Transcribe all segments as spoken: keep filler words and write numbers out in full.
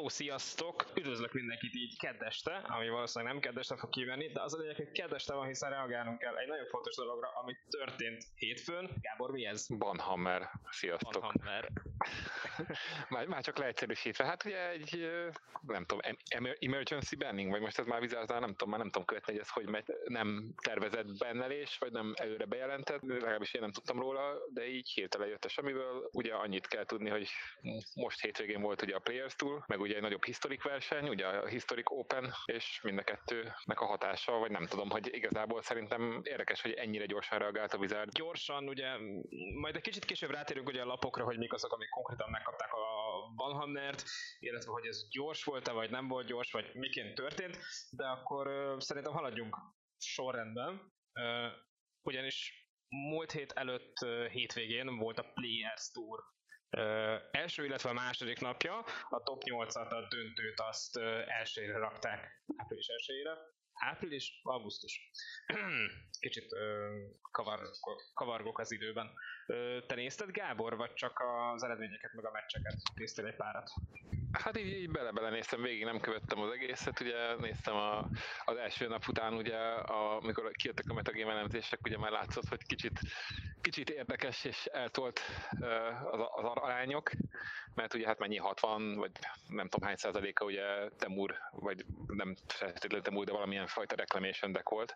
Hello, sziasztok! Üdvözlök mindenkit így keddeste, ami valószínűleg nem keddeste fog kivenni, de az a lényeg, hogy keddeste van, hiszen reagálnunk kell egy nagyon fontos dologra, ami történt hétfőn. Gábor, mi ez? Banhammer, sziasztok! Banhammer. már, már csak leegyszerűsítve, hát ugye egy, nem tudom, emergency banning, vagy most ez már vizáznál, nem tudom, már nem tudom követni, hogy ez hogy megy, nem tervezett bennelés, vagy nem előre bejelentett, legalábbis én nem tudtam róla, de így hirtelen jött a semmiből. Ugye annyit kell tudni, hogy most hétvégén volt ugye a Players Tour, meg ugye egy nagyobb historic verseny, ugye a Historic Open, és mind a kettőnek a hatása, vagy nem tudom, hogy igazából szerintem érdekes, hogy ennyire gyorsan reagált a Wizard. Gyorsan, ugye, majd egy kicsit később rátérünk ugye a lapokra, hogy mik azok, amik konkrétan megkapták a Banhammert, illetve hogy ez gyors volt-e, vagy nem volt gyors, vagy miként történt, de akkor uh, szerintem haladjunk sorrendben, uh, ugyanis múlt hét előtt uh, hétvégén volt a Players Tour Uh, első, illetve a második napja, a top nyolcat, a döntőt azt uh, elsőre rakták, április elsejére. Április, augusztus. Kicsit uh, kavar, kavargok az időben. Uh, te nézted, Gábor, vagy csak az eredményeket, meg a meccseket? Néztél egy párat? Hát így, így bele-bele néztem végig, nem követtem az egészet, ugye néztem a, az első nap után, ugye, amikor kijöttek a metagame elemzések, ugye már látszott, hogy kicsit, kicsit érdekes és eltolt az, az arányok, mert ugye hát mennyi hatvan, vagy nem tudom hány százaléka ugye Temur, vagy nem feltétlenül Temur, de valamilyen fajta reclamation deck volt,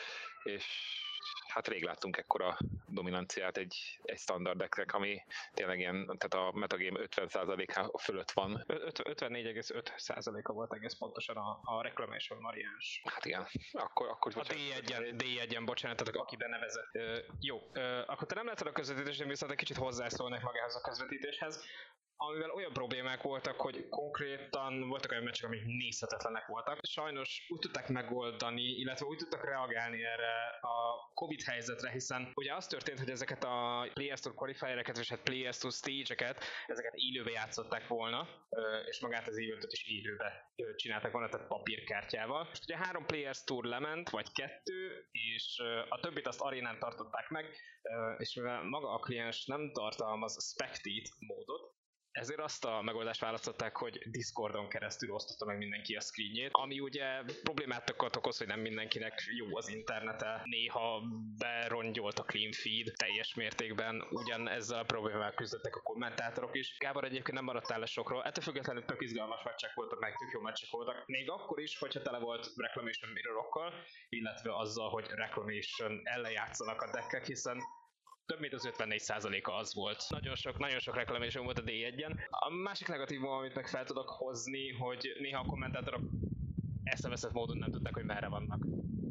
és hát rég láttunk ekkora dominanciát egy, egy standard decknek, ami tényleg ilyen, tehát a metagame ötven százaléka fölött van. ötvennégy egész öt százaléka volt egész pontosan a, a reclamation variáns. Hát igen, akkor... akkor a dé egyen, dé egyen, bocsánat, tehát aki benevezett. Uh, jó, uh, akkor te nem láttad a közvetítést, én viszont egy kicsit hozzászólnék magához a közvetítéshez, amivel olyan problémák voltak, hogy konkrétan voltak olyan meccsek, amik nézhetetlenek voltak. Sajnos úgy tudták megoldani, illetve úgy tudtak reagálni erre a Covid helyzetre, hiszen ugye az történt, hogy ezeket a Players Tour qualifiereket, és hát Players Tour stage-eket, ezeket élőbe játszották volna, és magát az eventet is élőbe csinálták volna, tehát papírkártyával. Most ugye három Players Tour lement, vagy kettő, és a többit azt arénán tartották meg, és mivel maga a kliens nem tartalmaz spectate módot, ezért azt a megoldást választották, hogy Discordon keresztül osztotta meg mindenki a screenjét, ami ugye problémát okoz, hogy nem mindenkinek jó az internete, néha berongyolt a clean feed teljes mértékben, ugyan ezzel a problémával küzdöttek a kommentátorok is. Gábor, egyébként nem maradtál le sokról, ettől függetlenül tök izgalmas meccsek voltak, meg tök jó meccsek voltak, még akkor is, hogyha tele volt Reclamation mirrorokkal, illetve azzal, hogy Reclamation ellen játszanak a deckek, hiszen több mint az ötvennégy százaléka az volt. Nagyon sok, nagyon sok reclamation volt a dé egyen. A másik negatívum, amit meg fel tudok hozni, hogy néha a kommentátorok eszeveszett módon nem tudták, hogy merre vannak.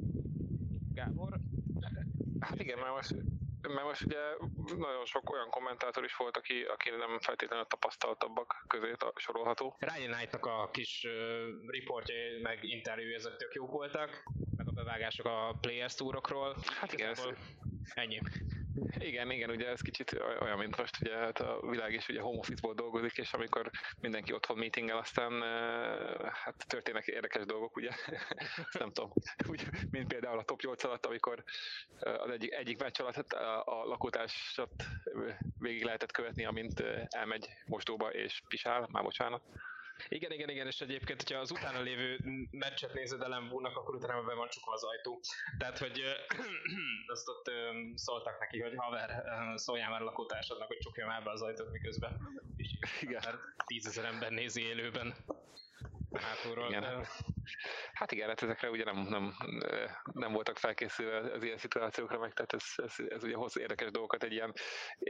Gábor? Hát igen, mert most, mert most ugye nagyon sok olyan kommentátor is volt, aki, aki nem feltétlenül tapasztaltabbak közé sorolható. Ryan Knight-nak a kis uh, riportjai meg interjúi ezek tök jók voltak, meg a bevágások a Players Tourokról. Hát igen, ez... ennyi. Igen, igen, ugye ez kicsit olyan, mint most, ugye hát a világ is ugye home office-ból dolgozik, és amikor mindenki otthon meetingel, aztán hát történnek érdekes dolgok, ugye, nem tudom, úgy, mint például a top nyolc alatt, amikor az egyik, egyik meccs alatt a, a lakótársat végig lehetett követni, amint elmegy mosdóba és pisál, már bocsánat. Igen, igen, igen, és egyébként, hogyha az utána lévő meccset nézed Ellen Wu-nak, akkor utána be van csukva az ajtó. Tehát, hogy azt ott szóltak neki, hogy haver, szóljál már a lakótársadnak, hogy csukja már be az ajtót miközben. És igen. Tízezer ember nézi élőben hátulról. Igen. Hát igen, hát ezekre ugye nem, nem, nem voltak felkészülve az ilyen szituációkra meg, tehát ez, ez, ez ugye hoz érdekes dolgokat, egy ilyen,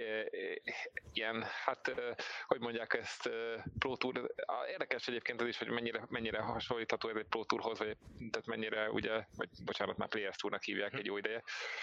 ilyen, hát hogy mondják ezt, Pro Tour, érdekes egyébként ez is, hogy mennyire, mennyire hasonlítható ez egy Pro Tourhoz, vagy tehát mennyire ugye, vagy bocsánat, már Players Tournak hívják egy jó ideje.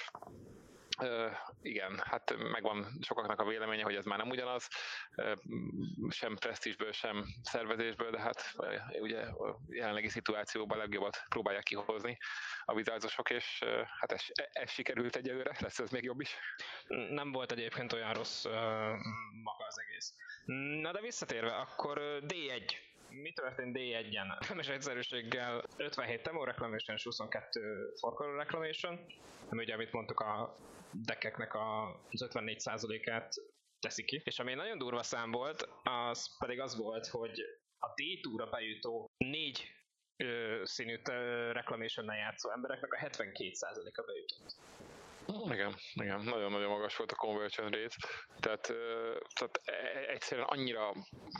Uh, igen, hát megvan sokaknak a véleménye, hogy ez már nem ugyanaz, uh, sem presztízsből, sem szervezésből, de hát uh, ugye a jelenlegi szituációban legjobbat próbálják kihozni a vizázosok, és uh, hát ez, ez sikerült egyelőre, lesz ez még jobb is. Nem volt egyébként olyan rossz uh, maga az egész. Na de visszatérve, akkor uh, dé egy. Mi történt dé egyen? Nemes egyszerűséggel ötvenhét Temo Reclamation és huszonkettő Forcolor Reclamation, ami ugye, amit mondtuk, a deckeknek az ötvennégy százalékát teszi ki. És ami nagyon durva szám volt, az pedig az volt, hogy a dé kettőre bejutó négy ö, színű ö, Reclamation-nel játszó embereknek a hetvenkét százaléka bejutott. Igen, igen, nagyon-nagyon magas volt a conversion rate, tehát, tehát egyszerűen annyira,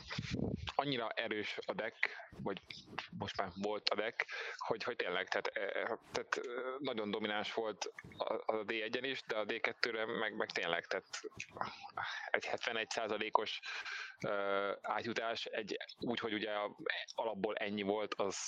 annyira erős a deck, vagy most már volt a deck, hogy, hogy tényleg, tehát, tehát nagyon domináns volt a dé egyen is, de a dé kettőre meg, meg tényleg, tehát egy hetvenegy százalékos átjutás, egy, úgy, hogy ugye alapból ennyi volt, az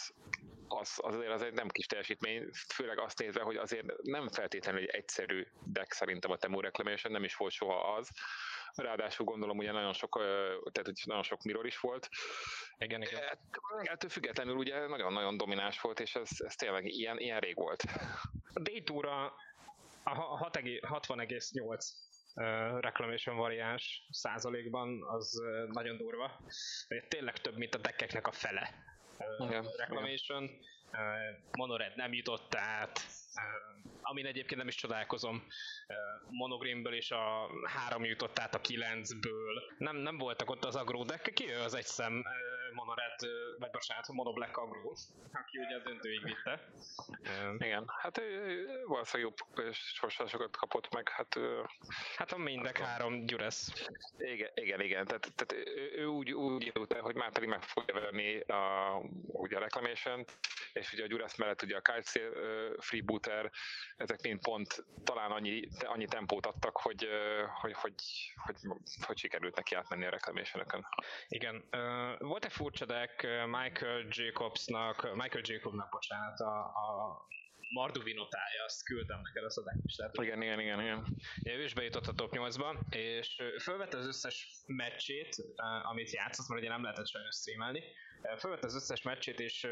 Az, azért az egy nem kis teljesítmény, főleg azt nézve, hogy azért nem feltétlenül egy egyszerű deck szerintem a Temu Reclamation, nem is volt soha az. Ráadásul gondolom ugye nagyon sok, tehát hogy nagyon sok mirror is volt. Igen, igen. Ettől függetlenül ugye nagyon-nagyon domináns volt, és ez, ez tényleg ilyen, ilyen rég volt. A dé kettőre a hatvan egész nyolc Uh, Reclamation variáns százalékban az uh, nagyon durva. Tényleg több, mint a deckeknek a fele. Uh, igen, Reclamation, igen. Uh, Monored nem jutott át, uh, amin egyébként nem is csodálkozom. Uh, Monogreenből is a három jutott át a kilencből. Nem, nem voltak ott az agró deck, ki ő az egyszem uh, Monored, uh, vagy bocsánat, Monoblack agró, aki ugye a döntőig vitte. Uh, igen, hát valószínűleg jobb sorsásokat kapott meg, hát... Uh, hát a mindek három Gyuresz. Igen, igen, igen, tehát, tehát ő, ő úgy, úgy indult el, hogy már pedig meg fogja venni a, ugye a Reclamation, és ugye a Gyuresz mellett ugye a Kitesail uh, Freebooter, ezek mind pont talán annyi, annyi tempót adtak, hogy, uh, hogy, hogy, hogy, hogy sikerült neki átmenni a Reclamation-ökön. Igen, uh, volt egy furcsa deck Michael Jacobsnak, Michael Jacobnak, bocsánat, a, a Marduvinotája, azt küldtem neked azt a deck is. Tehát, igen, igen, igen, igen. Ő is bejutott a top nyolcba, és fölvette az összes meccsét, amit játszott, mert ugye nem lehetett sajnos streamelni. Fölvette az összes meccsét, és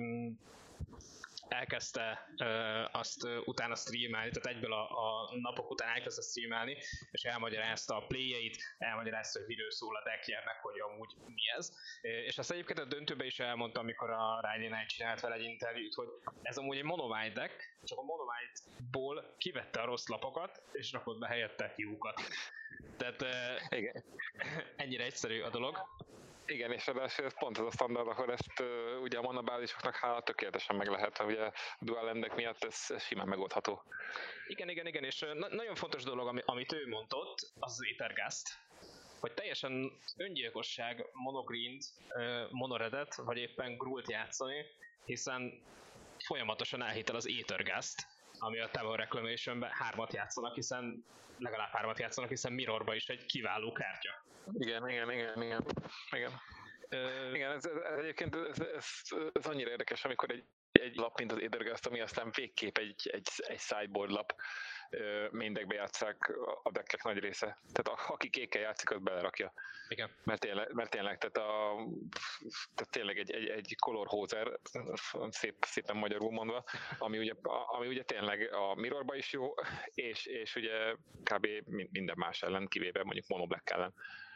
elkezdte uh, azt uh, utána streamelni, tehát egyből a, a napok után elkezdte streamelni, és elmagyarázta a playjeit, elmagyarázta, hogy miről szól a deckje, meg hogy amúgy mi ez. És azt egyébként a döntőben is elmondta, amikor a Riley Knight csinált vele egy interjút, hogy ez amúgy egy mono-white deck, csak a mono-white-ból kivette a rossz lapokat, és rakott be helyette jókat. Tehát uh, igen. ennyire egyszerű a dolog. Igen, és ráadásul ez pont az a standard, ahol ezt uh, ugye a monobázisoknak hála tökéletesen meg lehet, ugye a dual endek miatt ez, ez simán megoldható. Igen, igen, igen, és na- nagyon fontos dolog, ami, amit ő mondott, az az Aethergast, hogy teljesen öngyilkosság monogreent, uh, monoredet, vagy éppen grult játszani, hiszen folyamatosan elhitel az Aethergast, ami a Tower Reclamation-ben hármat játszanak, hiszen legalább hármat játszanak, hiszen Mirrorba is egy kiváló kártya. Igen, igen, igen, igen, igen. Uh, igen, ez, ez, egyébként ez, ez, ez annyira érdekes, amikor egy, egy lap, mint az Aethergast, ami aztán végképp egy, egy, egy sideboard lap, uh, main deckbe játsszák a deckek nagy része. Tehát a, aki kékkel játszik, az belerakja. Igen. Mert tényleg, mert tényleg tehát, a, tehát tényleg egy, egy, egy color hoser, szép, szépen magyarul mondva, ami ugye, ami ugye tényleg a Mirrorba is jó, és, és ugye kb. Minden más ellen, kivéve mondjuk Monoblack ellen.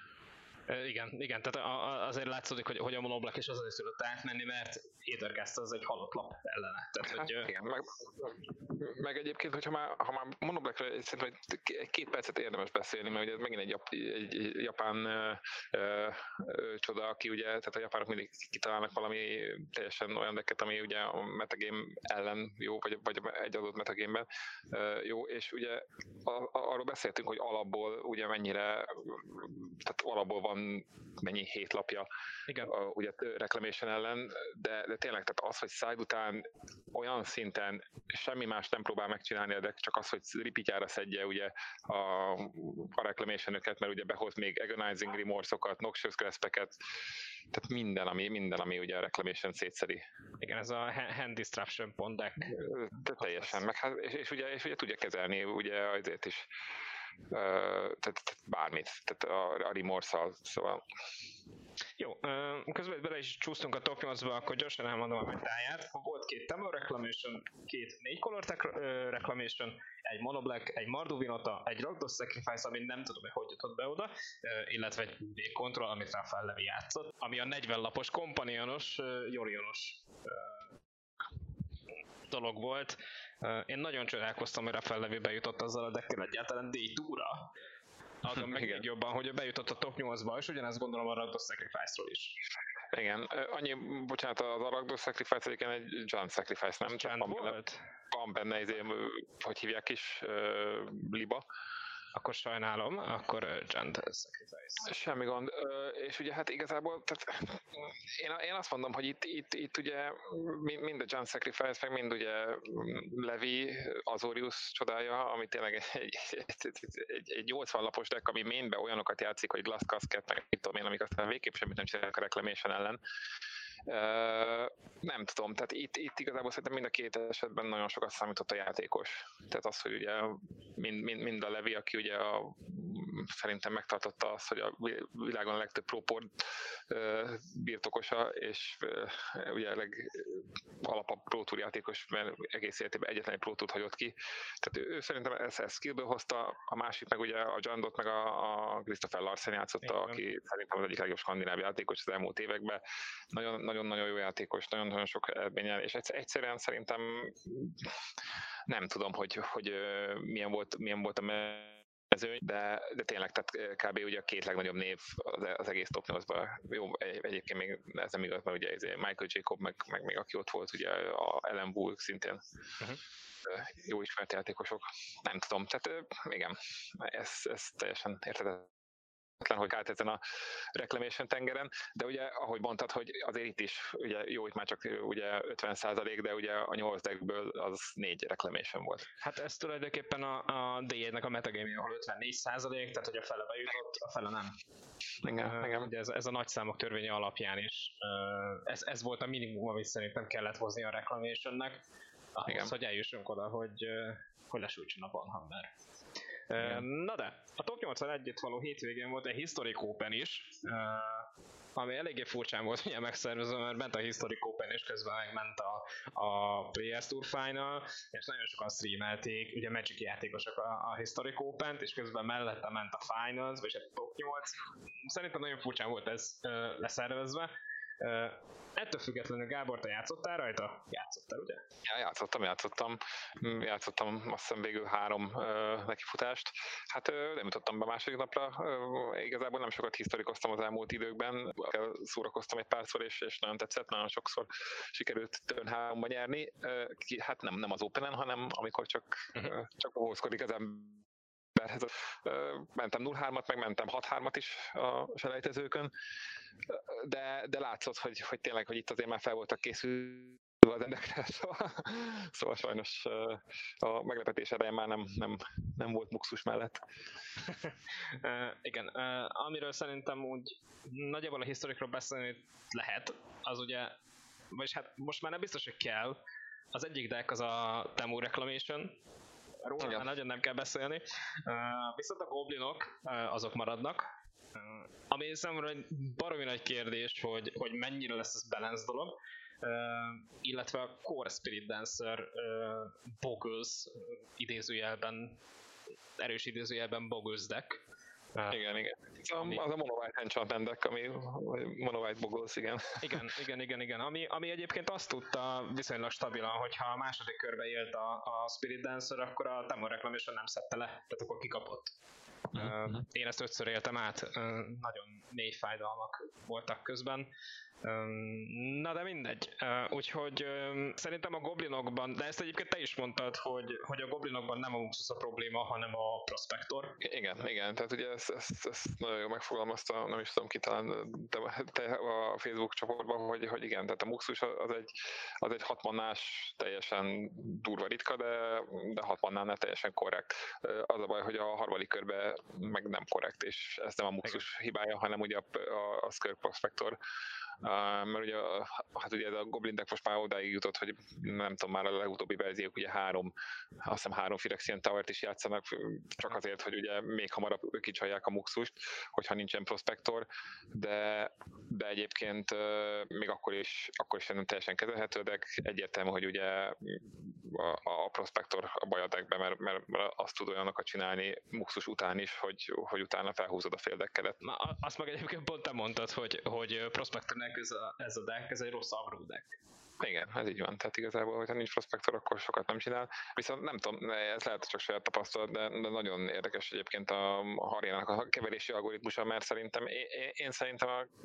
Igen, igen, tehát azért látszódik, hogy, hogy a Monoblack is azért tudott átmenni, mert Aethergast az egy halott lap ellene. Tehát, hát, hogy, igen, meg, meg egyébként, hogyha már, ha már Monoblackra szerintem egy két percet érdemes beszélni, mert ugye ez megint egy, jap, egy, egy japán ö, ö, ö, csoda, aki ugye, tehát a japánok mindig kitalálnak valami teljesen olyan decket, ami ugye a metagame ellen jó, vagy, vagy egy adott metagame-ben ö, jó, és ugye a, a, arról beszéltünk, hogy alapból ugye mennyire, tehát alapból van mennyi hét lapja a, ugye Reclamation ellen, de, de tényleg tehát az, hogy side után olyan szinten semmi más nem próbál megcsinálni, de csak az, hogy repeatjára szedje ugye a, a Reclamation-öket, mert ugye behoz még Agonizing Remorse-okat, Noxious Grasp-eket, tehát minden, ami, minden, ami ugye a Reclamation szétszedi. Igen, ez a Hand Disruption pont deck. De teljesen, meg, és, és, ugye, és ugye tudja kezelni ugye azért is. Uh, tehát, tehát bármit, tehát a, a remorse-szal, szóval... Jó, közben bele is csúsztunk a top nyolcba, akkor gyorsan elmondom a metáját. Volt két Tower Reclamation, két négy color Reclamation, egy Monoblack, egy Marduvinota, egy Rakdos Sacrifice, amit nem tudom, hogy hogy jutott be oda, illetve egy V-Control, amit Rafael Levy játszott, ami a negyven lapos, kompanionos, Jorionos dolog volt. Én nagyon csodálkoztam, hogy Rafael Levy bejutott azzal a deckkel egyáltalán dé kettőre. Azon meg még jobban, hogy ő bejutott a top nyolcba, és ugyanezt gondolom a Rakdos Sacrifice-ról is. Igen, annyi, bocsánat, az Aragdos Sacrifice egyébként egy Giant Sacrifice, nem? Csak van volt? Benne, van benne ezért, hogy hívják is, uh, liba. Akkor sajnálom, akkor Giant Sacrifice. Semmi gond, és ugye hát igazából, tehát én, én azt mondom, hogy itt, itt, itt ugye mind a Giant Sacrifice, meg mind ugye Levi, Azorius csodája, ami tényleg egy, egy, egy, egy nyolcvan lapos deck, ami mainbe olyanokat játszik, hogy Glass Casket, meg mit tudom én, amik aztán végképp semmit nem csinálnak a Reclamation ellen. Uh, nem tudom, tehát itt, itt igazából szerintem mind a két esetben nagyon sokat számított a játékos. Tehát az, hogy ugye mind, mind, mind a Levi, aki ugye a, szerintem megtartotta azt, hogy a világon a legtöbb pro-port uh, birtokosa, és uh, ugye a legalapabb Pro Tour játékos, mert egész életében egyetlen egy Pro Tourt hagyott ki. Tehát ő, ő szerintem ezt, ezt skillből hozta, a másik meg ugye a Jandot, meg a, a Christopher Larsen játszotta, igen, aki szerintem az egyik legjobb skandináv játékos az elmúlt években. Nagyon, nagyon-nagyon jó játékos, nagyon-nagyon sok eredménnyel, és egyszerűen szerintem nem tudom, hogy, hogy milyen volt, milyen volt a mezőny, de, de tényleg, tehát kb. Ugye a két legnagyobb név az, az egész top nyolcban. Jó, egyébként még ez nem igaz, mert ugye Michael Jacob, meg, meg még aki ott volt, ugye a Ellen Bull szintén. Uh-huh. Jó ismert játékosok. Nem tudom, tehát igen, ez, ez teljesen érthetetlen, hogy állt ezen a Reclamation tengeren, de ugye, ahogy mondtad, hogy azért itt is, ugye jó, itt már csak ugye ötven százalék, de ugye a nyolc deckből az négy Reclamation volt. Hát ez tulajdonképpen a, a dé egynek a metagame, ahol ötvennégy százalék, tehát hogy a fele bejutott, a fele nem. Igen, uh, igen. Ugye ez, ez a nagyszámok törvénye alapján is. Uh, ez, ez volt a minimum, amit szerintem kellett hozni a Reclamationnek, ahhoz, igen, hogy eljussunk oda, hogy, uh, hogy lesújtson a Banhammer. Uh, na de, a top nyolcvanegyet való hétvégén volt egy Historic Open is, uh, ami eléggé furcsán volt ugye megszervezve, mert ment a Historic Open és közben megment a, a Players Tour Final, és nagyon sokan streamelték, ugye Magic játékosok a, a Historic Opent, és közben mellette ment a Finals, vagy a top nyolc. Szerintem nagyon furcsán volt ez uh, leszervezve. Uh, ettől függetlenül Gábor, te játszottál rajta? Játszottál, ugye? Ja, játszottam, játszottam. Játszottam azt hiszem végül három uh, nekifutást. Hát uh, nem jutottam be második napra. Uh, igazából nem sokat historikoztam az elmúlt időkben. Szórakoztam egy párszor, és, és nagyon tetszett. Nagyon sokszor sikerült turn háromba nyerni. Uh, ki, hát nem, nem az Openen, hanem amikor csak, uh, csak óvózkodik az ember. Mentem nulla hármat, meg mentem hat hármat is a selejtezőkön, de, de látszott, hogy, hogy tényleg, hogy itt azért már fel voltak készülve az emberekre, szóval, szóval sajnos a meglepetés ereje már nem, nem, nem volt muxus mellett. uh, igen, uh, amiről szerintem úgy nagyjából a historikról beszélni lehet, az ugye, vagyis hát most már nem biztos, hogy kell, az egyik deck az a Temu Reclamation, róla már nagyon nem kell beszélni. Uh, viszont a goblinok uh, azok maradnak. Uh, ami számomra egy baromi nagy kérdés, hogy, hogy mennyire lesz ez balance dolog. Uh, illetve a Core Spirit Dancer uh, Boggles uh, idézőjelben, erős idézőjelben Boggles deck. Uh, igen, igen. Az a, az a Mono White Enchantment deck, ami Mono White Boggles, igen. Igen, igen, igen, igen. Ami, ami egyébként azt tudta viszonylag stabilan, hogyha a második körbe élt a, a Spirit Dancer, akkor a Temu Reclamation nem szedte le, tehát akkor kikapott. Uh-huh. Uh, én ezt ötször éltem át, uh, nagyon mély fájdalmak voltak közben. Um, na de mindegy, uh, úgyhogy um, szerintem a goblinokban, de ezt egyébként te is mondtad, hogy, hogy a goblinokban nem a Muxus a probléma, hanem a Prospector. Igen, igen, tehát ugye ezt, ezt, ezt nagyon jól megfogalmazta, nem is tudom ki, talán te, te a Facebook csoportban, hogy, hogy igen, tehát a Muxus az egy, az egy hat manás, teljesen durva ritka, de, de hat manánál teljesen korrekt. Az a baj, hogy a harmadik körben meg nem korrekt, és ez nem a Muxus hibája, hanem ugye a, a, a Skirk Prospector. Uh, mert ugye, hát ugye ez a Goblin deck most már odáig jutott, hogy nem tudom, már a legutóbbi verziók ugye három, azt hiszem három Phyrexian Towert is játszanak, csak azért, hogy ugye még hamarabb kicsalják a Muxust, hogyha nincsen Prospector, de, de egyébként uh, még akkor is, akkor is nem teljesen kezelhető, de egyértelmű, hogy ugye a, a Prospector a baj a deckben, mert, mert, mert azt tud olyanokat csinálni Muxus után is, hogy, hogy utána felhúzod a fél decket. Na, azt meg egyébként pont te mondtad, hogy, hogy Prospector ez a, ez a deck, ez egy rossz aggro deck. Igen, ez így van, tehát igazából, hogyha nincs Prospector, akkor sokat nem csinál. Viszont nem tudom, ez lehet csak saját tapasztalat, de, de nagyon érdekes egyébként a, a Harjának a keverési algoritmusa, mert szerintem, én, én szerintem a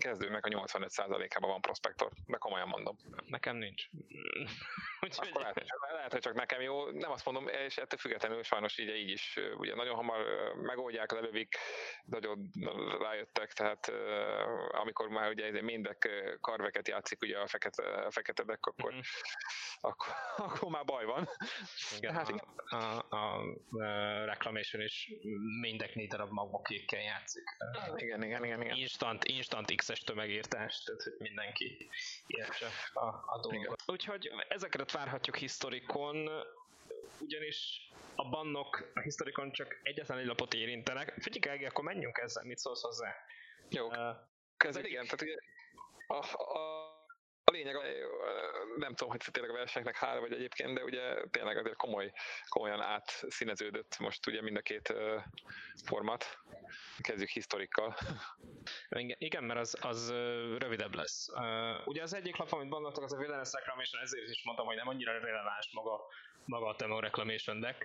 kezdőnek a nyolcvanöt százalékában van prospektor, de komolyan mondom. Nekem nincs. Úgyhogy... Akkor lehet, hogy csak, lehet, hogy csak nekem jó, nem azt mondom, és ettől függetlenül sajnos így, így is ugye nagyon hamar megoldják, lelövik, nagyon rájöttek, tehát amikor már ugye mindek karveket játszik ugye a fekete, a fekete deck, akkor, mm-hmm. akkor, akkor már baj van. Igen, hát, igen. A, a, a, a Reclamation is mindek négy darab magmokékkel játszik. Igen, igen, igen, igen. Instant, instant X-es tömegírtás, tehát hogy mindenki értse a, a dolgot. Úgyhogy ezeket várhatjuk historikon, ugyanis a bannok a historikon csak egyetlen egy lapot érintenek. Figyelj, Gági, akkor menjünk ezzel, mit szólsz hozzá? Jó, uh, ezzel igen, tehát ugye a, a, a lényeg, nem tudom, hogy tényleg a versenyeknek hála vagy egyébként, de ugye tényleg azért komoly, komolyan átszíneződött most ugye mind a két uh, format. Kezdjük historikkal. Igen, mert az, az rövidebb lesz. Ugye az egyik lap, amit bannoltak, az a Wilderness Reclamation, ezért is mondtam, hogy nem annyira releváns maga, maga a Temur Reclamation deck.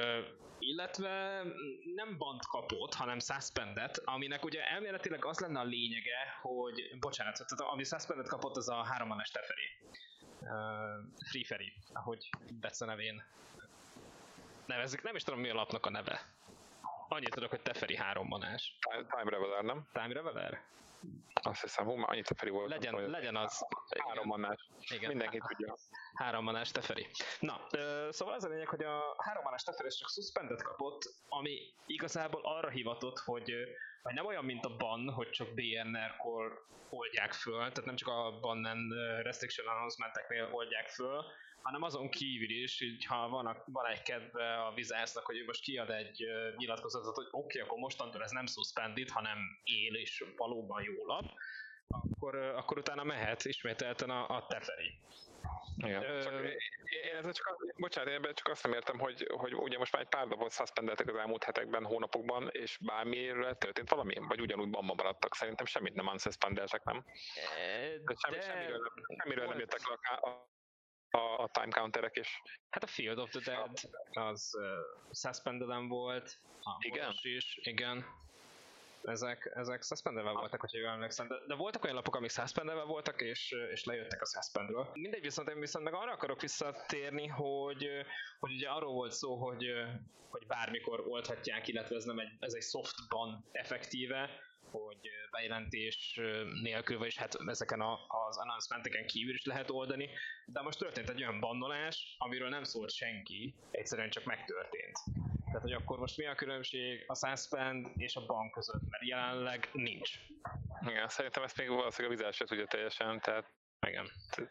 Illetve nem bant kapott, hanem suspendet, aminek ugye elméletileg az lenne a lényege, hogy, bocsánat, tehát ami suspendet kapott, az a három manes Teferi. Free Ferry, ahogy Betsze nevén nevezik. Nem is tudom, mi a lapnak a neve. Annyit tudok, hogy Teferi három manás. Time Reveler, nem? Time Reveler? Azt hiszem, hú, annyit Teferi volt. Legyen, tudom, legyen az. Három manás. Igen. Mindenki tudja. Három manás Teferi. Na, szóval az a lényeg, hogy a három manás Teferi csak suspendet kapott, ami igazából arra hivatott, hogy, hogy nem olyan, mint a ban, hogy csak bé en er-kor oldják föl, tehát nem csak a ban restriction announcement-eknél oldják föl, hanem azon kívül is, így, ha van, van egy kedve a Wizardsnak, hogy ő most kiad egy uh, nyilatkozatot, hogy oké, okay, akkor mostantól ez nem suspended, hanem él és valóban jó lap, akkor, uh, akkor utána mehet ismételten a, a Teferi. Igen. Ö... Csak, én ezzel csak, bocsánat, én csak azt nem értem, hogy, hogy ugye most már egy pár napot suspendeltek az elmúlt hetekben, hónapokban, és bármire történt valami, vagy ugyanúgy banban maradtak. Szerintem semmit nem unsuspendeltek, nem? De... Semmi, semmiről, semmiről nem jöttek le a, a A, a time counterek is. Hát a Field of the Dead az uh, suspendeden volt, a igen? is, igen. Ezek, ezek suspendelve voltak, hogyha jól emlékszem, de, de voltak olyan lapok, amik suspendelve voltak, és, és lejöttek a suspendről. Mindegy, viszont én viszont meg arra akarok visszatérni, hogy, hogy ugye arról volt szó, hogy, hogy bármikor oldhatják, illetve ez nem egy, ez egy soft ban effektíve, hogy bejelentés nélkül, vagyis hát ezeken a, az announcementeken kívül is lehet oldani, de most történt egy olyan bannolás, amiről nem szólt senki, egyszerűen csak megtörtént. Tehát, hogy akkor most mi a különbség a suspend és a ban között, mert jelenleg nincs. Igen, szerintem ezt még valószínűleg a Wizards se tudja teljesen, tehát... Igen.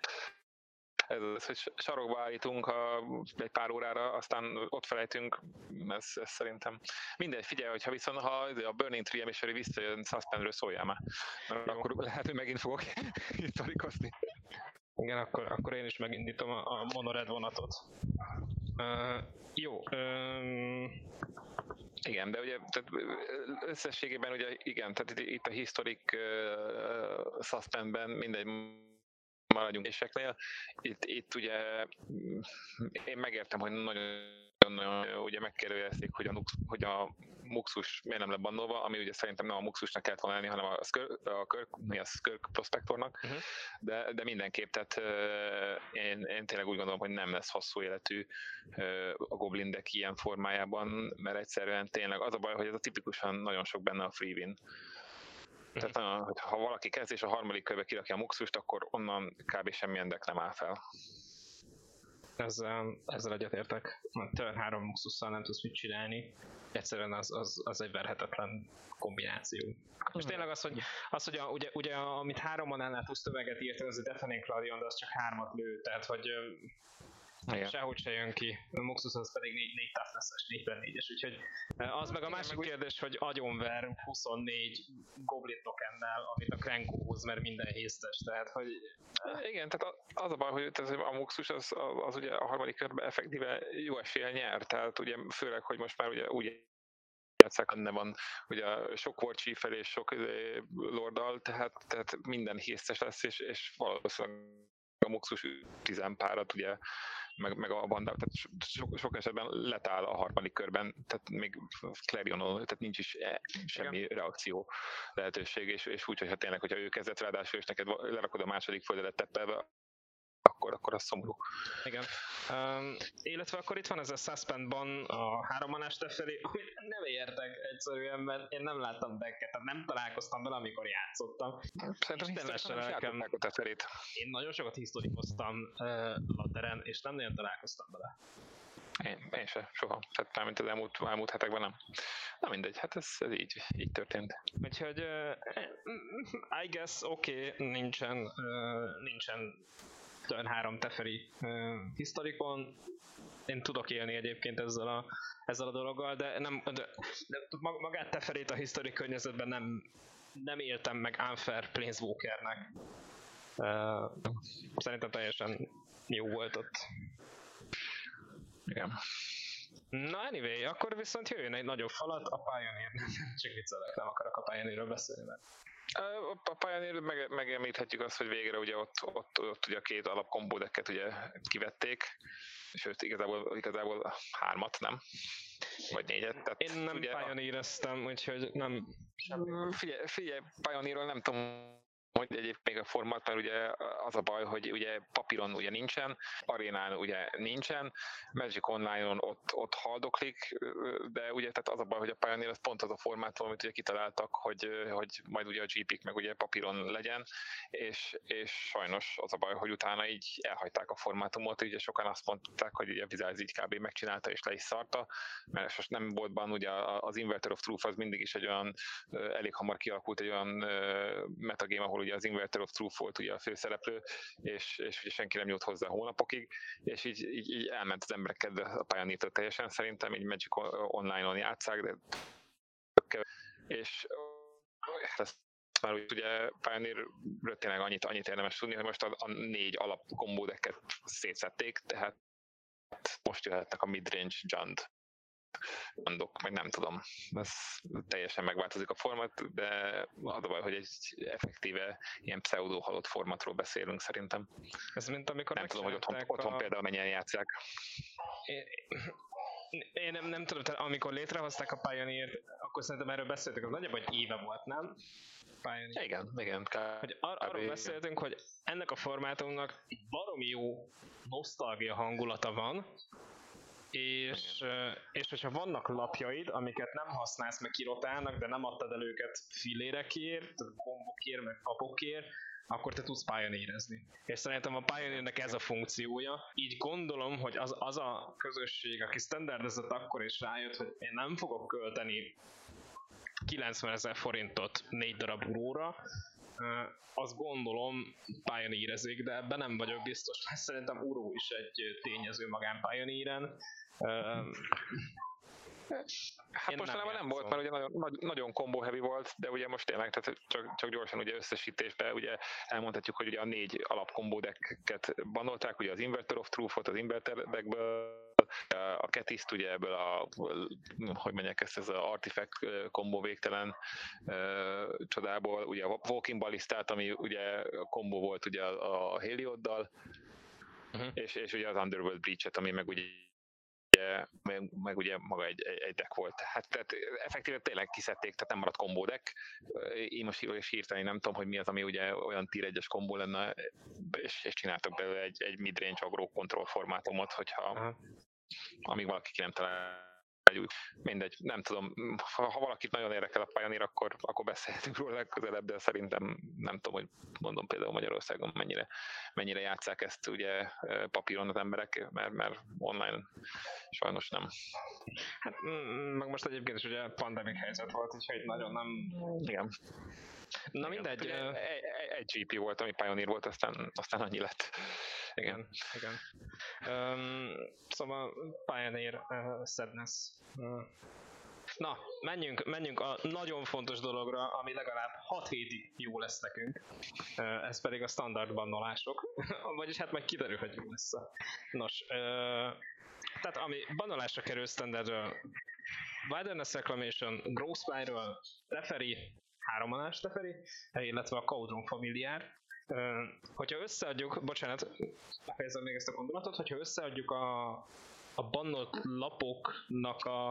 Ez az, hogy sarokba állítunk a, egy pár órára, aztán ott felejtünk, ez, ez szerintem mindegy, figyelj, hogyha viszont ha a Burning Tree emissory visszajön, suspendről szóljál már, mert akkor lehet, hogy megint fogok historikozni. Igen, akkor, akkor én is megindítom a, a monored vonatot. Uh, jó. Um... Igen, de ugye tehát összességében ugye igen, tehát itt a historic uh, suspendben mindegy, maradjunk éseknél. Itt, itt ugye én megértem, hogy nagyon, nagyon ugye megkérdőjelezték, hogy a, hogy a Muxus miért nem lett bannolva, ami ugye szerintem nem a Muxusnak kellett volna lenni, hanem a Skirk, a Kirk, mi a Skirk Prospektornak, uh-huh. de, de mindenképp, tehát uh, én, én tényleg úgy gondolom, hogy nem lesz hosszú életű uh, a Goblin deck ilyen formájában, mert egyszerűen tényleg az a baj, hogy ez a tipikusan nagyon sok benne a free win. Tehát ha valaki kezd és a harmadik körbe kirakja a Muxust, akkor onnan kb. Semmilyen deck nem áll fel. Ezzel, ezzel egyetértek. Turn három Muxusszal nem tudsz mit csinálni. Egyszerűen az, az, az egy verhetetlen kombináció. És tényleg az, hogy, az, hogy a, ugye, ugye amit három manánál tudsz tömeget írtani, az a Deafening Clarion, de az csak hármat lő, tehát hogy igen. Sehogy se jön ki. A Muxus az pedig négy toughness-es, négy per négyes, úgyhogy az meg a másik igen, kérdés, hogy agyonver huszonnégy Goblin tokennel, amit a Krenko hoz, mert minden hésztes, tehát hogy... Igen, tehát az a baj, hogy a Muxus az, az, az ugye a harmadik körben effektíve jó eséllyel nyer, tehát ugye főleg, hogy most már ugye úgy játsszák, ne van ugye sok War Chief-el és sok lorddal, tehát, tehát minden hésztes lesz, és, és valószínűleg a a Moxus tizenpárat, ugye, meg, meg a bandát, tehát so, sok esetben letáll a harmadik körben, tehát még Clarionon, tehát nincs is semmi igen. reakció lehetőség, és, és úgy, hogyha tényleg, hogyha ő kezdett ráadásul, és neked lerakod a második földet teppelve, akkor, akkor az szomorú. Igen. Um, illetve akkor itt van ez a Suspendban a hárommanás Teferi, amit nem értek egyszerűen, mert én nem láttam Becket, tehát nem találkoztam vele, amikor játszottam. Szerintem hisztelen nem játszották a Teferit. Én nagyon sokat historikoztam uh, Ladderen, és nem nagyon találkoztam vele. Én, én se, soha. Tehát mármint az elmúlt, elmúlt hetekben nem. Na mindegy, hát ez, ez így, így történt. Úgyhogy uh, I guess oké, okay, nincsen, uh, nincsen turn három Teferi uh, historikon. Én tudok élni egyébként ezzel a, ezzel a dologgal, de, nem, de, de magát Teferit a historik környezetben nem, nem éltem meg unfair Planeswalkernek. Uh, szerintem teljesen jó volt ott. Igen. Na anyway, akkor viszont jöjjön egy nagyobb falat, a Pioneer. Csak viccelek, nem akarok a Pioneerről beszélni, mert... A Pioneer meg, megemlíthetjük azt, hogy végre ugye ott, ott, ott ugye a két alapkombódeket ugye kivették, sőt igazából, igazából hármat, nem? Vagy négyet. Tehát én nem ugye Pioneereztem, úgyhogy nem... Semmi. Figyelj, figyelj, Pioneerről nem tudom, hogy egyébként még a formát, mert ugye az a baj, hogy ugye papíron ugye nincsen, arénán ugye nincsen, Magic Online-on ott, ott haldoklik, de ugye tehát az a baj, hogy a Pioneer az pont az a formátum, amit ugye kitaláltak, hogy, hogy majd ugye a gé pé-k meg ugye papíron legyen, és, és sajnos az a baj, hogy utána így elhagyták a formátumot, ugye sokan azt mondták, hogy ugye a Wizards így kb. Megcsinálta és le is szarta, mert most nem volt ban, ugye az Inverter of Truth az mindig is egy olyan elég hamar kialakult egy olyan metagame, ahol ugye az Inverter of Truth volt ugye a főszereplő, és, és ugye senki nem jut hozzá hónapokig, és így, így, így elment az emberek kedve a Pioneer-től teljesen, szerintem így Magic Online-on játsszák, de és ezt már úgy ugye Pioneer-ről tényleg annyit, annyit érdemes tudni, hogy most a, a négy alap kombódeket szétszették, tehát most jöhetnek a midrange Jund mondok, meg nem tudom, ez teljesen megváltozik a format, de az a baj, hogy egy effektíve ilyen pseudo halott formatról beszélünk szerintem. Ez mint amikor nem tudom, hogy otthon, a... otthon például mennyien játsszák. Én, én nem, nem tudom, tehát amikor létrehozták a Pioneer-t, akkor szerintem erről beszéltük, az nagyjából egy éve volt, nem? Pioneer. Igen, igen. Kb. Hogy ar- arról beszéltünk, hogy ennek a formátumnak baromi jó nosztalgia hangulata van, és, és hogyha vannak lapjaid, amiket nem használsz, meg kirotálnak, de nem adtad el őket fillérekért, kombokért, meg papokért, akkor te tudsz Pioneerezni. És szerintem a Pioneernek ez a funkciója. Így gondolom, hogy az, az a közösség, aki standardezett akkor és rájött, hogy én nem fogok költeni kilencvenezer forintot négy darab uróra, azt gondolom Pioneerezik, de ebben nem vagyok biztos, mert szerintem uró is egy tényező magán Pioneeren. Hát mostanában nem, nem volt, mert ugye nagyon, nagyon combo heavy volt, de ugye most tényleg, tehát csak, csak gyorsan ugye összesítésben ugye elmondhatjuk, hogy ugye a négy alapkombó decket banolták, ugye az Inverter of Truth-ot az Inverter deckből, a Ketist ugye ebből a, hogy mondják ezt, ez az Artifact kombó végtelen uh, csodából, ugye a Walking Ballistát, ami ugye kombó volt ugye a Helioddal, uh-huh. és, és ugye az Underworld Breach-et, ami meg ugye meg, meg ugye maga egy, egy deck volt. Hát tehát effektíve tényleg kiszedték, tehát nem maradt kombó deck. Én most is hirtelen nem tudom, hogy mi az, ami ugye olyan tier egyes kombó lenne, és, és csináltak belőle egy, egy midrange agro control formátumot, hogyha uh-huh. amíg valaki ki nem talál egy új. Mindegy, nem tudom, ha, ha valakit nagyon érdekel a Pioneer, akkor, akkor beszélhetünk róla legközelebb, de szerintem nem tudom, hogy mondom például Magyarországon mennyire, mennyire játsszák ezt ugye papíron az emberek, mert, mert online sajnos nem. Hát meg most egyébként is ugye pandemic helyzet volt, úgyhogy nagyon nem... Igen. Na igen, mindegy. Ugye, uh... egy, egy gé pé volt, ami Pioneer volt, aztán, aztán annyi lett. Igen, igen. Um, szóval Pioneer uh, Sadness. Uh. Na, menjünk, menjünk a nagyon fontos dologra, ami legalább hat hétig jó lesz nekünk. Uh, ez pedig a standard bannolások. Vagyis hát majd kiderül, hogy jó lesz. Nos, uh, tehát ami bannolásra kerül standardről, Wilderness Reclamation, Growth Spiral, Teferi, hárommanás Teferi, illetve a Cauldron Familiár. Ö, hogyha összeadjuk, bocsánat, befejezem még ezt a gondolatot, hogyha összeadjuk a, a bannolt lapoknak a,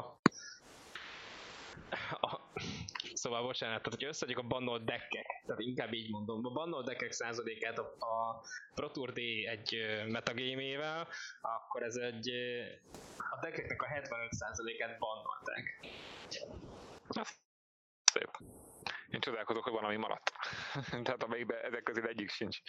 a szóval bocsánat, tehát hogyha összeadjuk a bannolt deckek, tehát inkább így mondom, a bannolt deckek százalékát a, a Pro Tour D egy metagémével, akkor ez egy, a deckeknek a hetvenöt százalékát bannolták. Szép. Én csodálkozok, hogy van, ami maradt. Tehát amelyikben ezek közül egyik sincs.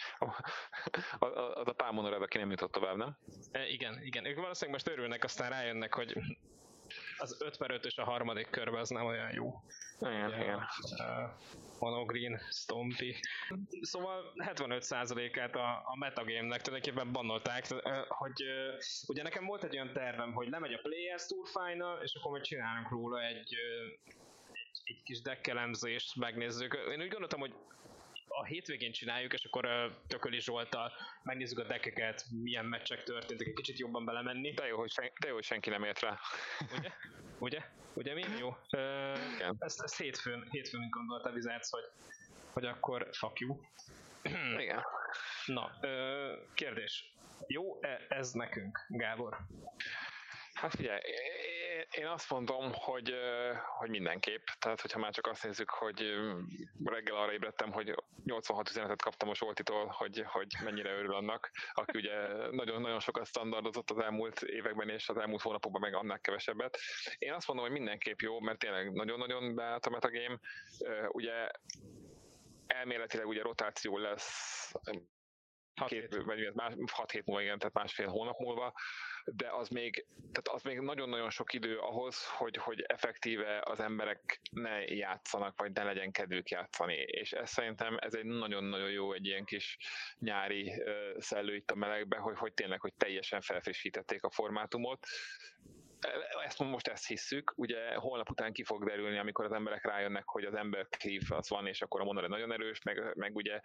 Az a pár monorád, aki nem jutott tovább, nem? E, igen, igen. Ők valószínűleg most örülnek, aztán rájönnek, hogy az öt per ötös a harmadik körben az nem olyan jó. Igen, ugye, igen. Uh, Monogreen, Stompy. Szóval hetvenöt százalékát a, a metagame-nek tulajdonképpen bannolták, hogy uh, ugye nekem volt egy olyan tervem, hogy lemegy a Players Tour Final, és akkor majd csinálunk róla egy uh, egy kis dekkelemzést, megnézzük. Én úgy gondoltam, hogy a hétvégén csináljuk, és akkor uh, Tököli Zsolttal megnézzük a deckeket, milyen meccsek történtek, egy kicsit jobban belemenni. De jó, hogy, sen, de jó, hogy senki nem ért rá. Ugye? Ugye? Ugye mi? Jó. Uh, ezt, ezt hétfőn, hétfőn gondolta Vizárc, hogy, hogy akkor fuck you. Igen. Na, uh, kérdés. Jó-e ez nekünk, Gábor? Hát figyelj, én azt mondom, hogy, hogy mindenképp. Tehát, hogyha már csak azt nézzük, hogy reggel arra ébredtem, hogy nyolcvanhat üzenetet kaptam a Zsoltitól, hogy, hogy mennyire örül annak, aki ugye nagyon-nagyon sokat standardozott az elmúlt években és az elmúlt hónapokban meg annál kevesebbet. Én azt mondom, hogy mindenképp jó, mert tényleg nagyon-nagyon beállt a metagame. Ugye elméletileg ugye rotáció lesz Két, vagy más, hat hét múlva, igen, tehát másfél hónap múlva, de az még, tehát az még nagyon-nagyon sok idő ahhoz, hogy, hogy effektíve az emberek ne játszanak, vagy ne legyen kedvük játszani, és ez szerintem ez egy nagyon-nagyon jó egy ilyen kis nyári uh, szellő itt a melegbe, hogy, hogy tényleg, hogy teljesen felfrissítették a formátumot. Ezt most ezt hisszük, ugye holnap után ki fog derülni, amikor az emberek rájönnek, hogy az ember Cleave az van, és akkor a Monored nagyon erős, meg, meg ugye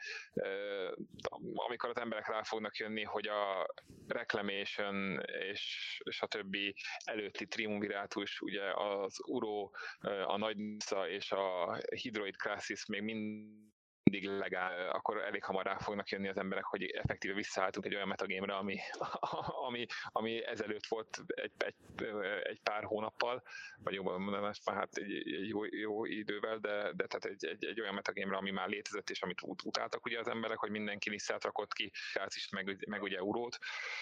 amikor az emberek rá fognak jönni, hogy a Reclamation és, és a többi előtti triumvirátus, ugye az Uro, a Nagy Nisza és a Hydroid Classis még mind mindig legál, akkor elég hamar rá fognak jönni az emberek, hogy effektíve visszaálltunk egy olyan metagame-re, ami, ami, ami ezelőtt volt egy, egy, egy pár hónappal, vagy jobban mondanám, már hát egy, egy jó, jó idővel, de, de tehát egy, egy, egy olyan metagame-re, ami már létezett, és amit ut- utáltak ugye az emberek, hogy mindenki Nisszát rakott ki, is meg, meg ugye Urót.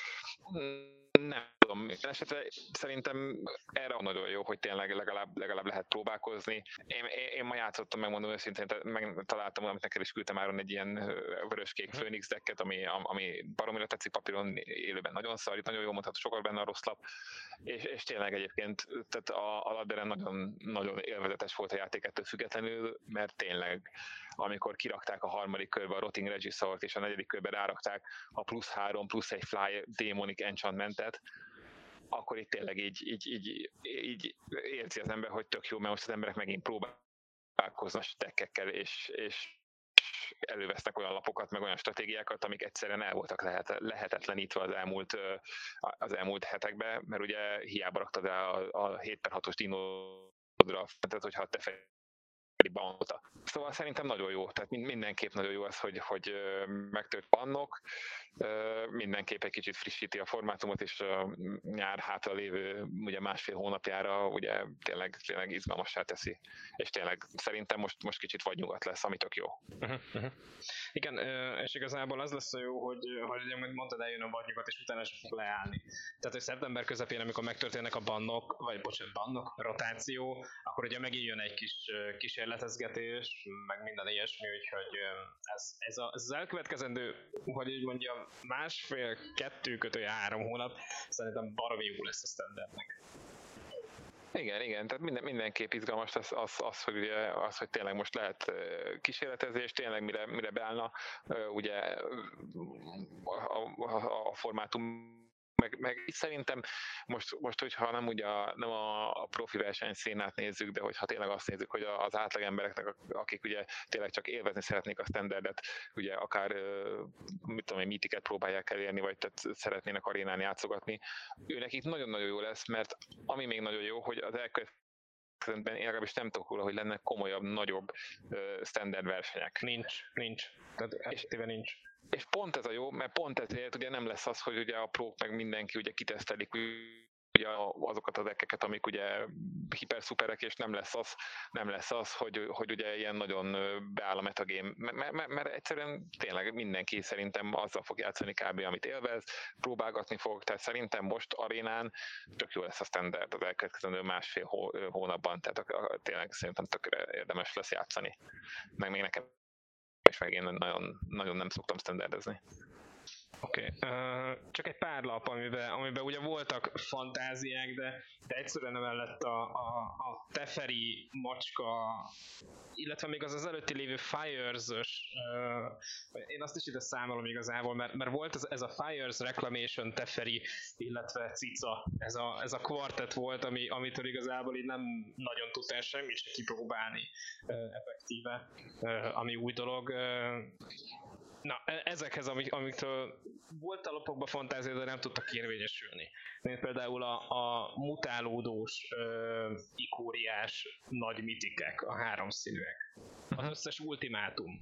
Nem tudom, esetre szerintem erre nagyon jó, hogy tényleg legalább, legalább lehet próbálkozni. Én, én, én ma játszottam, megmondom őszintén, megtaláltam, amit neked is küldtem áron egy ilyen vöröskék Phoenix decket, ami, ami baromira tetszik papíron, élőben nagyon szar, itt nagyon jól mondható, sokat benne a rossz lap, és, és tényleg egyébként tehát a, a Ladderen nagyon, nagyon élvezetes volt a játék ettől függetlenül, mert tényleg amikor kirakták a harmadik körbe a Rotting Regisaurt, és a negyedik körbe rárakták a plusz három, plusz egy Fly Demonic Enchantmentet, akkor itt tényleg így, így, így, így érzi az ember, hogy tök jó, mert most az emberek megint próbálkoznak deckekkel, és, és elővesznek olyan lapokat, meg olyan stratégiákat, amik egyszerűen el voltak lehet, lehetetlenítve az elmúlt, az elmúlt hetekben, mert ugye hiába raktad rá a, a hét per hatos dinódra, tehát hogyha te fel bannolta. Szóval szerintem nagyon jó, tehát mindenképp nagyon jó az, hogy, hogy megtört bannok, mindenképp egy kicsit frissíti a formátumot, és a nyár hátra lévő ugye másfél hónapjára ugye tényleg, tényleg izgalmassá teszi, és tényleg szerintem most, most kicsit vagy nyugat lesz, ami tök jó. Uh-huh, uh-huh. Igen, és igazából az lesz a jó, hogy, hogy amit mondtad, eljön a vadnyugat, és utána is fog leállni. Tehát, hogy szeptember közepén, amikor megtörténnek a bannok, vagy bocsánat, bannok, rotáció, akkor ugye megint jön egy kis kísérletezgetés, meg minden ilyesmi, úgyhogy ez, ez, a, ez az elkövetkezendő, hogy így mondjam, másfél, kettő kötője három hónap, szerintem baromi jó lesz a standardnek. Igen, igen, tehát minden, mindenképp izgalmas az, az, az, hogy, az, hogy tényleg most lehet kísérletezés, tényleg mire, mire beállna ugye a, a, a formátum, meg, meg szerintem most, most hogyha nem, ugye a, nem a, a profi versenyszínát nézzük, de hogyha tényleg azt nézzük, hogy az átlag embereknek, akik ugye tényleg csak élvezni szeretnék a standardet, ugye akár mit tudom én, mítiket próbálják elérni, vagy tehát szeretnének arénán játszogatni, őnek nagyon-nagyon jó lesz, mert ami még nagyon jó, hogy az elkövetkezőben én legalábbis nem tudok róla, hogy lenne komolyabb, nagyobb standard versenyek. Nincs, nincs. Tehát effektíve nincs. és pont ez a jó, mert pont ezért ugye nem lesz az, hogy ugye a prók meg mindenki ugye kitesztelik ugye azokat a deckeket, amik ugye hiper-szuperek, és nem lesz az, nem lesz az hogy, hogy ugye ilyen nagyon beáll a metagame, mert, mert, mert egyszerűen tényleg mindenki szerintem azzal fog játszani kb. Amit élvez, próbálgatni fog, tehát szerintem most arénán tök jó lesz a standard az elkövetkező másfél hó, hónapban, tehát a, a, tényleg szerintem tökre érdemes lesz játszani. Meg még nekem és meg én nagyon, nagyon nem szoktam standardezni. Oké, okay. uh, csak egy pár lap, amiben, amiben ugye voltak fantáziák, de, de egyszerűen emellett a, a, a Teferi macska, illetve még az az előtti lévő Fires-ös, uh, én azt is ide számolom igazából, mert, mert volt ez, ez a Fires, Reclamation, Teferi, illetve Cica, ez a, ez a kvartett volt, ami, amitől igazából így nem nagyon tudtál semmit se kipróbálni uh, effektíve, uh, ami új dolog. Uh, Na, ezekhez, amik, amiktől volt alapokban fantázia, de nem tudtak érvényesülni. Mint például a, a mutálódós, uh, ikóriás nagy mitikek, a háromszínűek. Az összes ultimátum.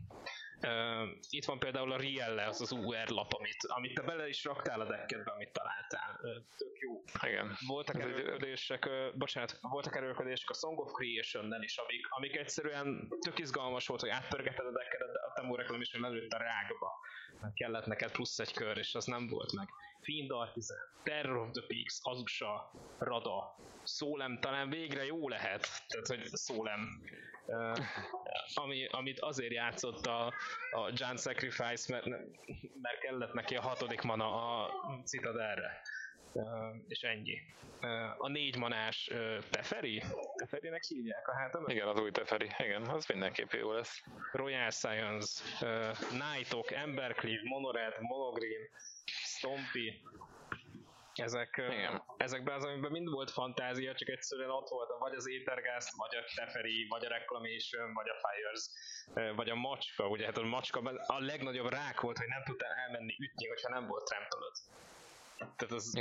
Uh, itt van például a Rielle, az az u er lap, amit, amit te bele is raktál a deckedbe, amit találtál. Uh, tök jó. Igen. Voltak erőlködések, uh, bocsánat, voltak erőlködések a Song of Creation-nel is, amik, amik egyszerűen tök izgalmas volt, hogy átpörgeted a deckedet, de a Temu Reclamation előtt a rágba. Kellett neked plusz egy kör, és az nem volt meg. Fiend Artisan, Terror of the Peaks, Azusa, Rada, Szólem talán végre jó lehet, tehát hogy Szólem. Uh, ami, amit azért játszott a, a Giant Sacrifice, mert, mert kellett neki a hatodik mana a Citadelre. Uh, és ennyi. Uh, a négy manás uh, Teferi? Teferinek hívják a hátam? Igen, az új Teferi. Igen, az mindenképp jó lesz. Royal Science, uh, Knightok, Embercleave, Monored, Monogreen, Stompy. Ezek, uh, ezekben az, amiben mind volt fantázia, csak egyszerűen ott volt vagy az Aethergast, vagy a Teferi, vagy a Reclamation, vagy a Fires, uh, vagy a macska. Ugye hát a macska a legnagyobb rák volt, hogy nem tudtál elmenni ütni, hogyha nem volt trampolod. Tehát az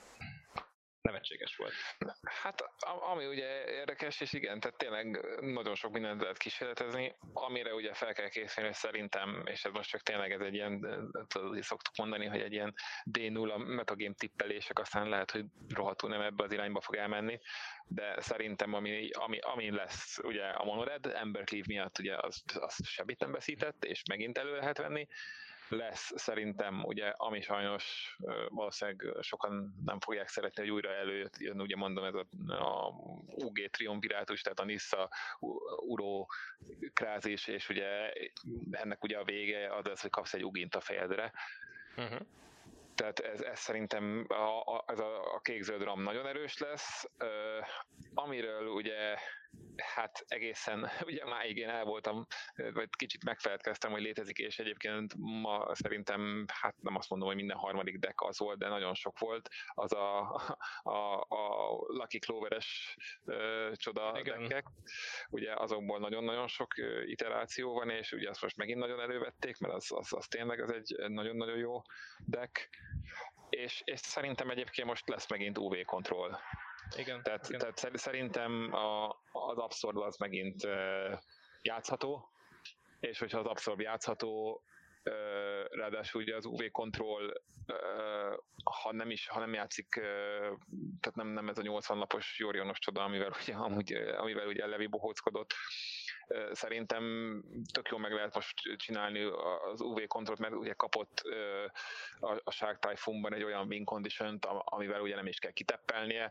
nevetséges volt. Hát ami ugye érdekes, és igen, tehát tényleg nagyon sok mindent lehet kísérletezni, amire ugye fel kell készülni, hogy szerintem, és ez most csak tényleg ez egy ilyen, szoktuk mondani, hogy egy ilyen dé nulla metagame tippelések, aztán lehet, hogy rohadtul nem ebbe az irányba fog elmenni, de szerintem ami, ami, ami lesz ugye a Monored, Embercleave miatt ugye azt, azt semmit nem veszített, és megint elő lehet venni, lesz szerintem, ugye, ami sajnos valószínűleg sokan nem fogják szeretni, hogy újra előjön, ugye mondom, ez a, a u gé triumvirátus, tehát a Nissa Uro krázis, és ugye ennek ugye a vége az lesz, hogy kapsz egy ugint a fejedre. Uh-huh. Tehát ez, ez szerintem a, a, ez a, a kék-zöld ram nagyon erős lesz, uh, amiről ugye hát egészen, ugye máig én el voltam, vagy kicsit megfeledkeztem, hogy létezik, és egyébként ma szerintem, hát nem azt mondom, hogy minden harmadik deck az volt, de nagyon sok volt, az a, a, a Lucky Clover-es ö, csoda deckek, ugye azokból nagyon-nagyon sok ö, iteráció van, és ugye azt most megint nagyon elővették, mert az, az, az tényleg az egy nagyon-nagyon jó deck, és, és szerintem egyébként most lesz megint u vé Control. Igen, tehát, igen. tehát szerintem a, az Absorb az megint uh, játszható, és hogyha az Absorb játszható, uh, ráadásul ugye az u vé Control, uh, ha nem is, ha nem játszik, uh, tehát nem, nem ez a nyolcvan lapos Jorionos csoda, amivel ugye, amúgy, amivel ugye Levi bohóckodott, uh, szerintem tök jól meg lehet most csinálni az u vé Controlt, mert ugye kapott uh, a, a Shark Typhoonban egy olyan win condition-t, amivel ugye nem is kell kiteppelnie,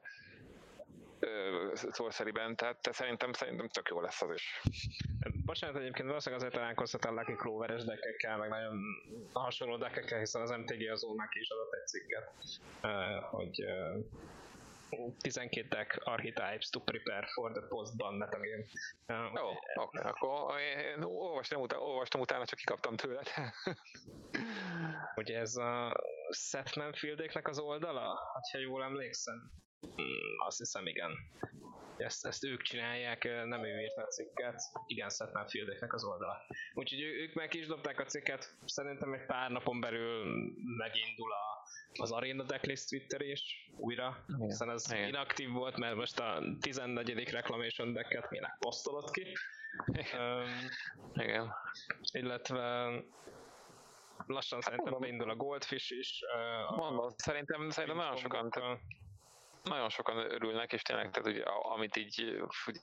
Sorcery-ben, tehát te szerintem, szerintem tök jó lesz az is. Bocsánat, egyébként valószínűleg azért találkoztat a Lucky Clover-es deckekkel, meg nagyon hasonló deckekkel, hiszen az em té gé azon már ki is adott egy cikket, hogy tizenkét deck archetypes to prepare for the post-ban metagame. Jó, uh, oké, okay. Akkor én olvastam utána, olvastam utána, csak kikaptam tőle. Ugye ez a Seth Manfieldéknek az oldala, ha jól emlékszem? Hmm, azt hiszem, igen. Ezt, ezt ők csinálják, nem ő írt a cikket. Igen, Seth Manfieldéknek az oldala. Úgyhogy ő, ők meg is dobták a cikket, szerintem egy pár napon belül megindul a, az Arena Decklist Twitter is újra, igen, hiszen ez igen. Inaktív volt, mert most a tizennegyedik Reclamation decket minek posztolott ki. Igen. Um, igen. Illetve lassan hát szerintem mondom, beindul a Goldfish is. Uh, mondom, szerintem, szerintem nagyon sokan, tehát, nagyon sokan örülnek, és tényleg, tehát ugye, amit így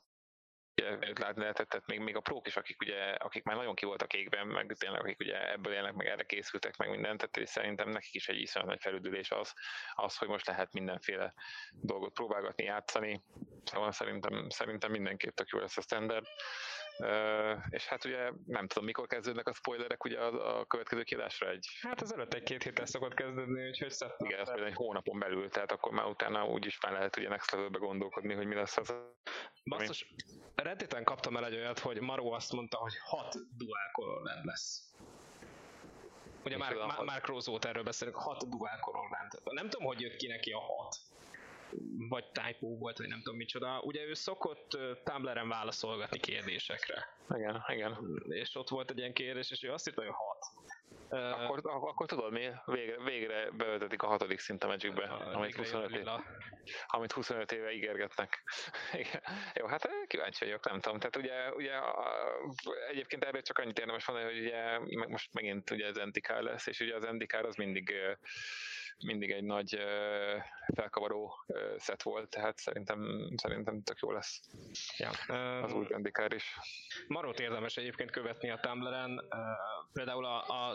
látni lehetett, tehát még, még a prók is, akik ugye, akik már nagyon ki voltak égben, meg tényleg, akik ugye ebből élnek, meg erre készültek, meg mindent, tehát és szerintem nekik is egy iszonyat nagy felüdülés az, az, hogy most lehet mindenféle dolgot próbálgatni, játszani, szóval szerintem, szerintem mindenképp tök jó lesz a standard. Uh, és hát ugye nem tudom, mikor kezdődnek a spoilerek ugye a, a következő kiadásra egy... Hát az előtt egy-két héttel szokott kezdődni, úgyhogy szeptember. Igen, ez például egy hónapon belül, tehát akkor már utána úgyis már lehet ugye next levelbe gondolkodni, hogy mi lesz az. Basszus, Redditen kaptam el egy olyat, hogy Maró azt mondta, hogy hat dual color land lesz. Ugye már, már, már Cross volt erről beszélünk, hat dual color land. Nem tudom, hogy jött ki neki a hat. Vagy typo volt, vagy nem tudom micsoda. Ugye ő szokott uh, Tumblr-en válaszolgatni kérdésekre. Igen, igen. És ott volt egy ilyen kérdés, és ő azt írta, hogy hat. Uh, akkor, akkor tudod mi? Végre, végre bevezetik a hatodik szint a Magicbe, amit huszonöt, éve, amit huszonöt éve ígérgetnek. Jó, hát kíváncsi vagyok, nem tudom. Tehát ugye, ugye egyébként erről csak annyit érdemes mondani, hogy ugye most megint ugye az Zendikar lesz, és ugye az Zendikar az mindig mindig egy nagy uh, felkavaró uh, set volt, tehát szerintem, szerintem tök jó lesz ja. az új Zendikar is. Marót érdemes egyébként követni a Tumblr-en, uh, például a, a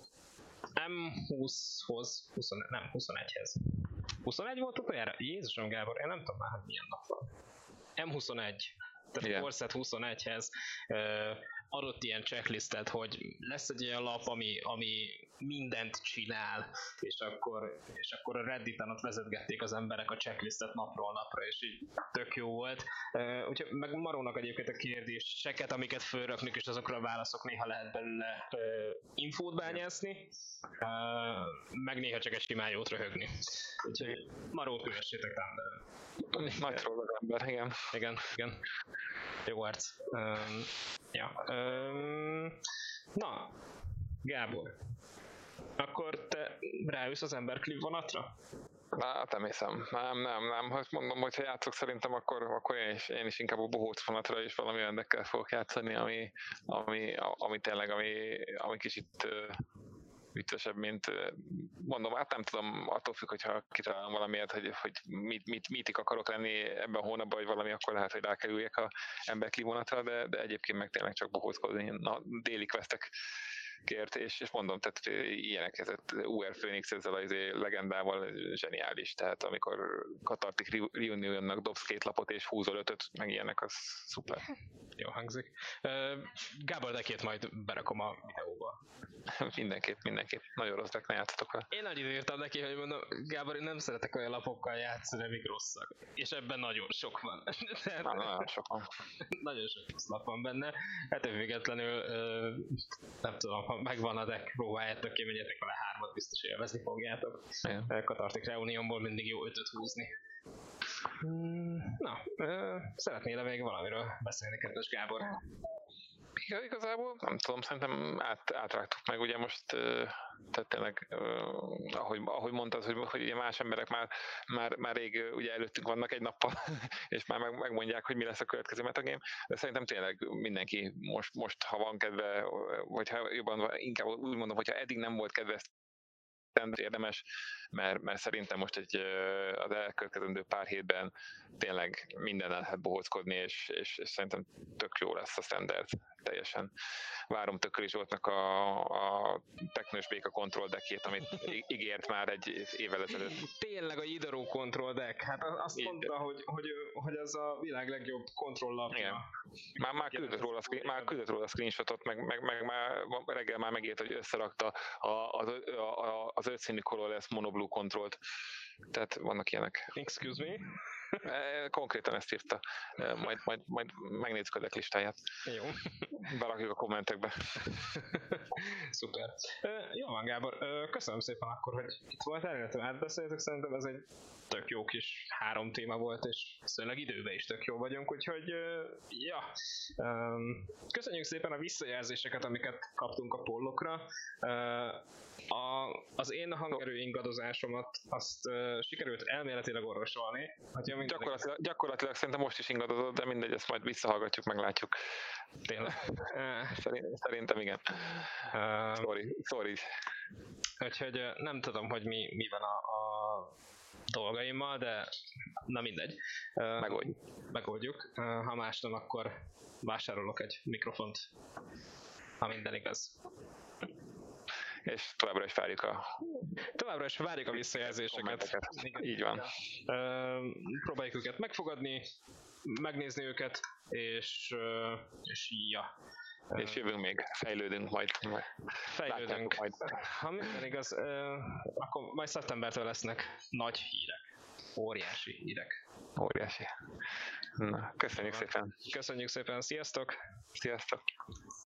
em húszhoz, húsz, nem, huszonegyhez. huszonegy volt utoljára? Jézusom Gábor, én nem tudom már, hogy milyen nap van. em huszonegy, tehát Core Set huszonegyhez uh, adott ilyen checklistet, hogy lesz egy olyan lap, ami, ami mindent csinál, és akkor, és akkor a Redditen ott vezetgették az emberek a checklistet napról napra, és így tök jó volt. Uh, úgyhogy meg Marónak egyébként a kérdéseket, amiket fölraknak, és azokra a válaszok néha lehet belőle uh, infót bányászni, uh, meg néha csak egy simán jót röhögni. Úgyhogy Marót kövessétek Tumblr-en. Nagy troll az ember, igen. Igen, igen. Jó arc. Um, ja. Um, na, Gábor, akkor te ráülsz az Embercliff vonatra? Hát nem hiszem. Nem, nem, nem. Hogy mondom, hogyha játszok szerintem, akkor, akkor én, is, én is inkább a bohóc vonatra is valami öndekkel fogok játszani, ami, ami, ami tényleg, ami, ami kicsit uh, viccesebb, mint mondom, hát nem tudom, attól függ, hogyha kitalálom valamiért, hogy, hogy mit, mit, mitig akarok lenni ebben a hónapban, vagy valami, akkor lehet, hogy rákerüljek a Embercliff vonatra, de, de egyébként meg tényleg csak bohóckodni. Na, déli questek kért, és, és mondom, tehát ilyenek, ez u er Phoenix ezzel az legendával zseniális, tehát amikor Cathartic Reunionnak dobsz két lapot és húzol ötöt, meg ilyenek, az szuper. Jó hangzik. Uh, Gábor, de két majd berakom a videóba. mindenképp, mindenképp. Nagyon rossz, ne játszatok vele. Én annyit írtam neki, hogy mondom, Gábor, én nem szeretek olyan lapokkal játszani, amik rosszak. És ebben nagyon sok van. Na, nagyon sok van. Nagyon sok rossz lap van benne. Hát függetlenül, uh, nem tudom, ha megvan a deck, próbáljátok ki, menjetek vele hármat, biztos élvezni fogjátok. Yeah. Cathartic Reunionból mindig jó ötöt húzni. Na, uh, szeretnél-e még valamiről beszélni, kedves Gábor? Igen, igazából nem tudom, szerintem át, átrágtuk meg, ugye most tehát tényleg, ahogy, ahogy mondtad, hogy, hogy ugye más emberek már, már, már rég ugye előttünk vannak egy nappal, és már meg, megmondják, hogy mi lesz a következő metagame, de szerintem tényleg mindenki most, most ha van kedve, vagy ha jobban, inkább úgy mondom, hogyha eddig nem volt kedve, érdemes, mert, mert szerintem most egy, az elkövetkezendő pár hétben tényleg minden el lehet bohóckodni, és, és, és szerintem tök jó lesz a standard. Teljesen várom Tököli Zsoltnak a, a Teknős Béka Control deckjét, amit ígért már egy évvel ezelőtt. Tényleg a Idaro Control deck, hát azt Így. mondta, hogy, hogy, hogy az a világ legjobb kontroll lapja. Igen. Már, már, küldött róla, már küldött róla a screenshotot, meg, meg, meg már reggel már megírt, hogy összerakta a, az, a, az ötszínű Colorless Monoblue Controlt. Tehát vannak ilyenek. Excuse me? Konkrétan ezt írta. Majd, majd, majd megnézzük a deck listáját. Jó. Berakjuk a kommentekbe. Szuper. Jó van, Gábor. Köszönöm szépen akkor, hogy itt voltál, illetve átbeszéltük. Szerintem ez egy tök jó kis három téma volt, és viszonylag időben is tök jó vagyunk, úgyhogy ja. Köszönjük szépen a visszajelzéseket, amiket kaptunk a pollokra. A, az én hangerő ingadozásomat azt uh, sikerült elméletileg orvosolni. Gyakorlatilag, gyakorlatilag szerintem most is ingadozott, de mindegy, ezt majd visszahallgatjuk, meglátjuk. Tényleg. Szerint, szerintem igen. Uh, sorry, sorry. Úgyhogy nem tudom, hogy mi, mi van a, a dolgaimmal, de na mindegy. Megoldjuk. Megoldjuk. Ha más nem, akkor vásárolok egy mikrofont, ha minden igaz. És továbbra is várjuk a... Továbbra is várjuk a visszajelzéseket. Így van. Próbáljuk őket megfogadni, megnézni őket, és, és ja. És jövünk még, fejlődünk majd. Fejlődünk. Majd. Ha minden igaz, akkor majd szeptembertől lesznek nagy hírek. Óriási hírek. Óriási. Na, köszönjük szépen. Köszönjük szépen, sziasztok! Sziasztok!